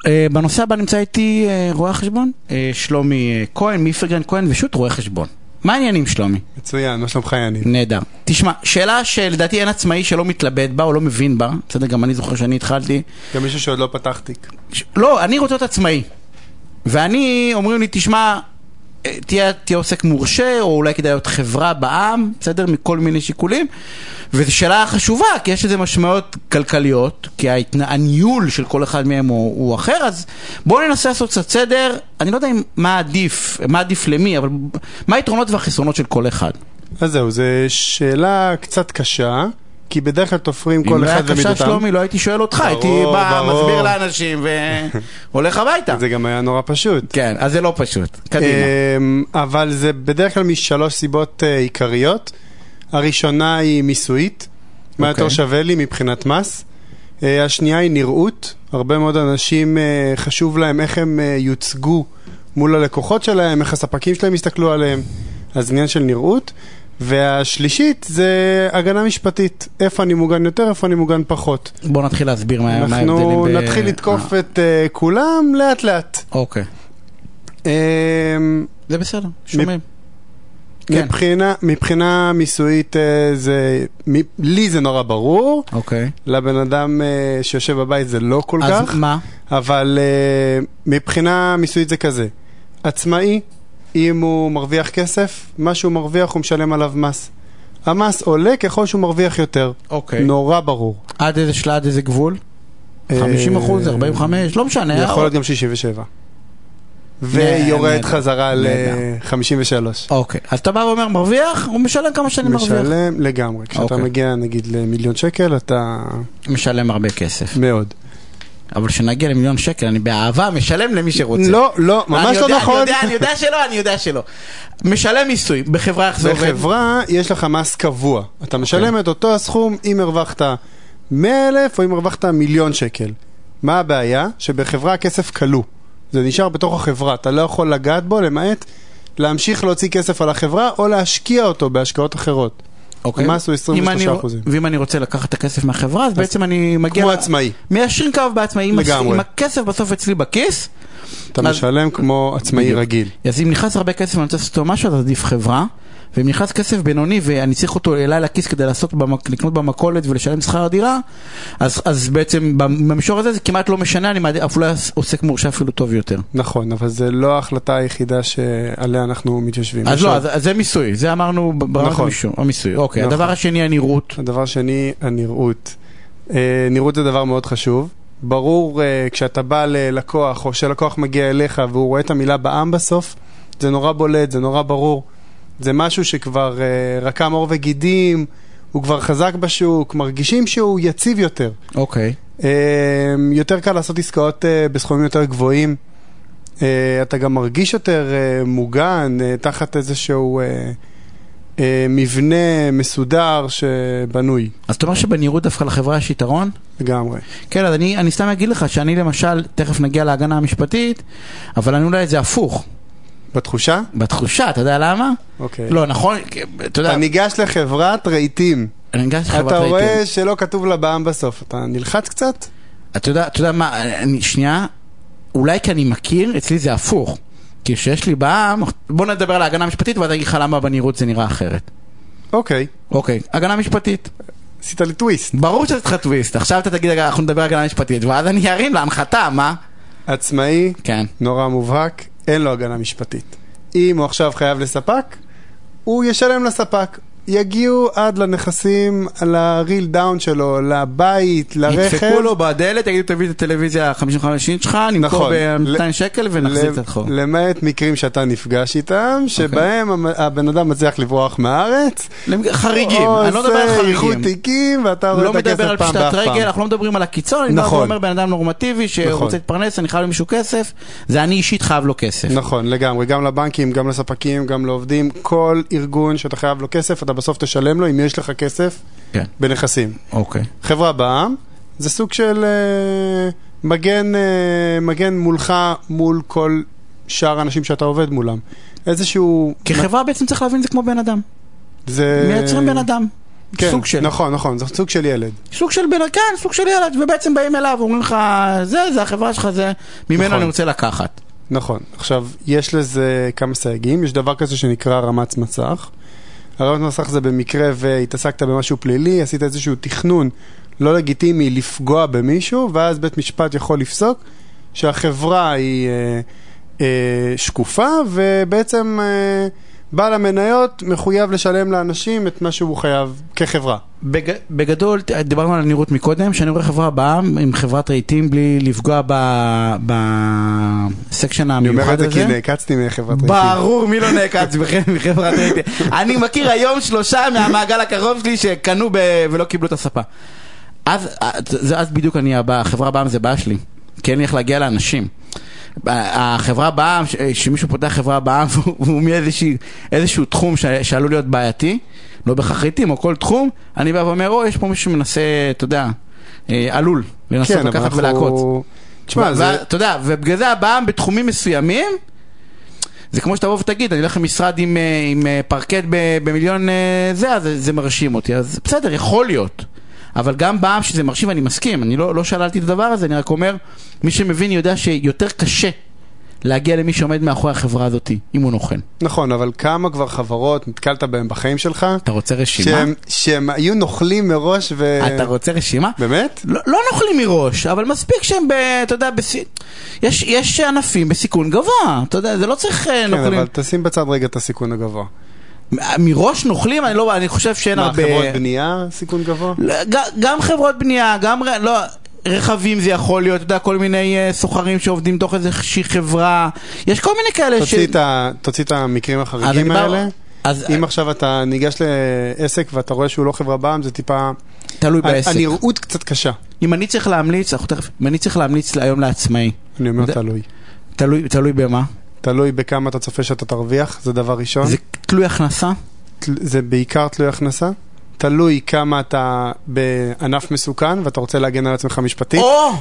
בנושא הבא נמצא איתי רואה החשבון, שלומי כהן, מיפרגן כהן ושות רואה חשבון. מה העניינים שלומי? מצוין, מה שלומך יניב? נהדר. תשמע, שאלה שלדעתי אין עצמאי שלא מתלבט בה או לא מבין בה, בסדר, גם אני זוכר שאני התחלתי. גם מישהו שעוד לא פתח תיק. לא, אני רוצה להיות עצמאי. ואני, אומרים לי, תשמע, תהיה עוסק מורשה, או אולי כדאי להיות חברה בעם, בסדר, מכל מיני שיקולים. וזו שאלה חשובה, כי יש איזה משמעויות כלכליות, כי הניהול של כל אחד מהם הוא אחר, אז בואו ננסה לעשות קצת סדר. אני לא יודע מה עדיף למי, אבל מה היתרונות והחסרונות של כל אחד? אז זהו, זו שאלה קצת קשה, כי בדרך כלל תופרים כל אחד ומידותם. אם היה קשה שלומי, לא הייתי שואל אותך, הייתי בא, מסביר לאנשים והולך הביתה. זה גם היה נורא פשוט. כן, אז זה לא פשוט. קדימה. אבל זה בדרך כלל משלוש סיבות עיקריות. הראשונה היא מיסויית, מה יותר שווה לי מבחינת מס. השנייה היא נראות. הרבה מאוד אנשים חשוב להם איך הם יוצגו מול הלקוחות שלהם, איך הספקים שלהם יסתכלו עליהם. אז עניין של נראות. והשלישית זה הגנה משפטית. איפה אני מוגן יותר, איפה אני מוגן פחות. בוא נתחיל להסביר מה ההבדלים. אנחנו נתחיל לתקוף את כולם לאט לאט. אוקיי. זה בסדר, שומעים. מבחינה מיסויית לי זה נורא ברור. אוקיי. לבן אדם שיושב בבית זה לא כל כך. אז מה? אבל מבחינה מיסויית זה כזה. עצמאי, אם הוא מרוויח כסף, מה שהוא מרוויח הוא משלם עליו מס. המס עולה ככל שהוא מרוויח יותר. אוקיי. נורא ברור. עד איזה שלד, איזה גבול? 50%, 45%, לא משנה. יכול להיות גם 67. ויורד חזרה ל-53. אוקיי. אז אתה בא ואומר, מרוויח, הוא משלם כמה שאני מרוויח. משלם לגמרי. כשאתה מגיע נגיד ל1,000,000 שקל, אתה משלם הרבה כסף. מאוד. אבל כשנגיע ל1,000,000 שקל, אני באהבה משלם למי שרוצה. לא, ממש לא נכון. אני יודע שלא. משלם מיסוי. בחברה איך זה עובד? בחברה יש לך מס קבוע. אתה משלם את אותו הסכום אם הרווחת 100,000 או אם הרווחת 1,000,000 שקל. מה הבעיה? שבחברה הכסף קלו. זה נשאר בתוך החברה. אתה לא יכול לגעת בו, למעט להמשיך להוציא כסף על החברה או להשקיע אותו בהשקעות אחרות. אוקיי. המס הוא 23%. ואם אני רוצה לקחת את הכסף מהחברה, אז בעצם אני מגיע... כמו עצמאי. מיישרים קו בעצמאי. לגמרי. אם הכסף בסוף אצלי בכיס... אתה משלם כמו עצמאי רגיל. אז אם נכנס הרבה כסף ואני רוצה לעשות אותו משהו, אז עדיף חברה. ואם נכנס כסף בינוני ואני צריך אותו אליי לכיס כדי לקנות במכולת ולשלם שכר דירה, אז בעצם במישור הזה זה כמעט לא משנה, אני אפילו עוסק מורשה אפילו טוב יותר. נכון, אבל זה לא ההחלטה היחידה שעליה אנחנו מתיישבים. אז לא, זה מיסוי, זה אמרנו נכון. המיסוי. אוקיי, הדבר השני הנראות. הדבר השני הנראות. נראות זה דבר מאוד חשוב. ברור, כשאתה בא ללקוח או שלקוח מגיע אליך והוא רואה את המילה בעם בסוף, זה נורא בולט, זה נורא ברור. זה משהו שכבר רקם עור וגידים, הוא כבר חזק בשוק, מרגישים שהוא יציב יותר. אוקיי. יותר קל לעשות עסקאות בסכומים יותר גבוהים. אתה גם מרגיש יותר מוגן, תחת איזשהו מבנה מסודר שבנוי. אז אתה אומר שבנראות דווקא לחברה יש יתרון? לגמרי. כן, אז אני סתם אגיד לך שאני למשל, תכף נגיע להגנה המשפטית, אבל אני אולי זה הפוך. בתחושה? בתחושה, אתה יודע למה? אוקיי. לא, נכון, אתה יודע... אתה ניגש לחברת רהיטים. אני ניגש לחברת רהיטים. אתה רואה שלא כתוב לה בעם בסוף. אתה נלחץ קצת? אתה יודע מה, שנייה, אולי כי אני מכיר, אצלי זה הפוך. כי שיש לי בעם, בוא נדבר על ההגנה המשפטית, ואתה תגיד לך למה בנראות זה נראה אחרת. אוקיי. אוקיי, הגנה משפטית. עשית לי טוויסט. ברור שזה לך טוויסט. עכשיו אתה תגיד, אנחנו נדבר על הגנה משפטית, ואז אני ארים להנחתה, מה? עצמאי, כן. נורא מובהק, אין לו הגנה משפטית. אם הוא עכשיו חייב לספק, הוא ישלם לספק. יגיעו עד לנכסים, לריל דאון שלו, לבית, לרכב. ידפקו לו בדלת, יגידו תביא את הטלוויזיה 55 אינץ' שלך, נמכור ב-200 שקל ונחזיר את החוב. למעט מקרים שאתה נפגש איתם, שבהם הבן אדם מצליח לברוח מהארץ. חריגים, אני לא מדבר על חריגים. איחוד תיקים, ואתה רואה את הכסף פעם באף פעם. אנחנו לא מדברים על הקיצון, אני אומר בן אדם נורמטיבי שרוצה להתפרנס, אני חייב למישהו כסף, זה אני אישית חייב לו כסף. נכון, לגמרי, גם לבנקים, גם לספקים, גם לעובדים, כל ארגון שאתה חייב לו כסף, אתה בסוף תשלם לו אם יש לך כסף בנכסים. אוקיי. חברה בעם, זה סוג של מגן מולך, מול כל שאר האנשים שאתה עובד מולם. איזשהו... כחברה בעצם צריך להבין זה כמו בן אדם. מייצרים בן אדם. כן, סוג של... נכון, זה סוג של ילד. סוג של כן, סוג של ילד, ובעצם באים אליו, אומרים לך, זה החברה שלך, זה ממנו אני רוצה לקחת. נכון. עכשיו, יש לזה כמה סייגים. יש דבר כזה שנקרא רמץ מסך. הרמץ מסך זה במקרה והתעסקת במשהו פלילי, עשית איזשהו תכנון לא לגיטימי לפגוע במישהו, ואז בית משפט יכול לפסוק שהחברה היא שקופה, ובעצם בעל המניות מחויב לשלם לאנשים את מה שהוא חייב כחברה. בגדול, דיברנו על הנראות מקודם, שאני רואה חברה בעם עם חברת רהיטים בלי לפגוע בסקשן המיוחד הזה. אני אומר את זה כי נעקצתי מחברת רהיטים. ברור, מי לא נעקץ מחברת רהיטים. אני מכיר היום 3 מהמעגל הקרוב שלי שקנו ולא קיבלו את הספה. אז בדיוק החברה בעם זה בעיה שלי, כי אין לי איך להגיע לאנשים. החברה בעם, שמישהו פותח חברה בעם והוא מאיזשהו תחום שעלול להיות בעייתי, לא בחריטים או כל תחום, אני בא ואומר, יש פה מישהו שמנסה, אתה יודע, עלול, לנסות לקחת ולעקוץ. אתה יודע, ובגלל זה הבעם בתחומים מסוימים, זה כמו שאתה בוא ותגיד, אני הולך למשרד עם פרקט במיליון זה, אז זה מרשים אותי, אז בסדר, יכול להיות. אבל גם בעם שזה מרשים ואני מסכים, אני לא שללתי את הדבר הזה, אני רק אומר, מי שמבין יודע שיותר קשה להגיע למי שעומד מאחורי החברה הזאת, אם הוא נוכן. נכון, אבל כמה כבר חברות נתקלת בהם בחיים שלך? אתה רוצה רשימה? שהם היו נוכלים מראש אתה רוצה רשימה? באמת? לא נוכלים מראש, אבל מספיק שהם, אתה יודע, יש ענפים בסיכון גבוה, אתה יודע, זה לא צריך נוכלים. כן, אבל תשים בצד רגע את הסיכון הגבוה. מראש נוכלים, אני חושב שאין הרבה... חברות בנייה, סיכון גבוה? גם חברות בנייה, גם... לא... רכבים זה יכול להיות, אתה יודע, כל מיני סוחרים שעובדים תוך איזושהי חברה, יש כל מיני כאלה תוציא את המקרים החריגים האלה. אם עכשיו אתה ניגש לעסק ואתה רואה שהוא לא חברה בעם, זה טיפה... תלוי בעסק. הנראות קצת קשה. אם אני צריך להמליץ, אם אני צריך להמליץ היום לעצמאי. אני אומר תלוי. תלוי במה? תלוי בכמה אתה צופה שאתה תרוויח, זה דבר ראשון. זה תלוי הכנסה? זה בעיקר תלוי הכנסה. תלוי כמה אתה בענף מסוכן, ואתה רוצה להגן על עצמך משפטית.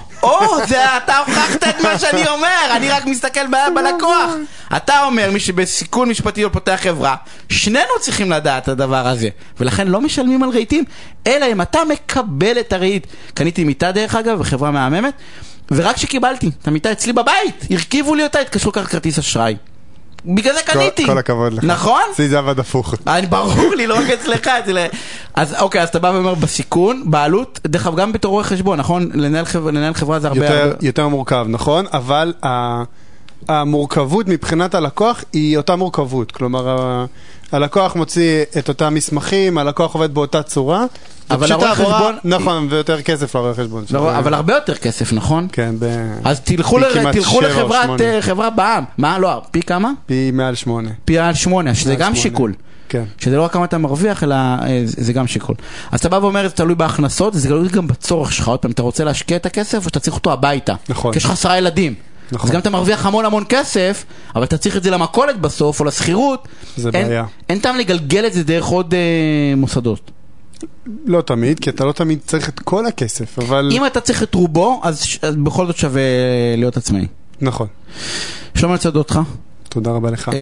אתה הוכחת את מה שאני אומר, אני רק מסתכל בלקוח. אתה אומר, מי שבסיכון משפטי לא פותח חברה, שנינו צריכים לדעת את הדבר הזה, ולכן לא משלמים על רהיטים, אלא אם אתה מקבל את הרהיט. קניתי מיטה דרך אגב, בחברה מהממת, ורק שקיבלתי את המיטה אצלי בבית, הרכיבו לי אותה, התקשרו כרטיס אשראי. בגלל זה קניתי. כל הכבוד לך. נכון? זה עבד הפוך. ברור לי, לא רק אצלך. אז אוקיי, אז אתה בא ואומר בסיכון, בעלות, דרך אגב גם בתור רואה חשבון, נכון? לנהל חברה זה הרבה... יותר מורכב, נכון? אבל המורכבות מבחינת הלקוח היא אותה מורכבות. כלומר, הלקוח מוציא את אותם מסמכים, הלקוח עובד באותה צורה. אבל הרואה חשבון... נכון, ויותר כסף לרואה חשבון. אבל הרבה יותר כסף, נכון? כן. אז תלכו לחברה בעם. מה? לא, פי כמה? פי מעל 8. פי מעל 8, שזה גם שיקול. כן. שזה לא רק כמה אתה מרוויח, אלא זה גם שיקול. אז אתה בא ואומר, זה תלוי בהכנסות, זה תלוי גם בצורך שלך. עוד פעם, אתה רוצה להשקיע את הכסף, או שאתה צריך אותו הביתה. נכון. כי יש לך 10 ילדים. אז גם אתה מרוויח המון כסף, אבל אתה צריך את זה למכולת בסוף, או לשכירות. זה בעיה. אין טעם לגלגל את זה דרך עוד מוסדות. לא תמיד, כי אתה לא תמיד צריך את כל הכסף, אבל... אם אתה צריך את רובו, אז בכל זאת שווה להיות עצמאי. נכון. שלום על צעדותך. תודה רבה לך.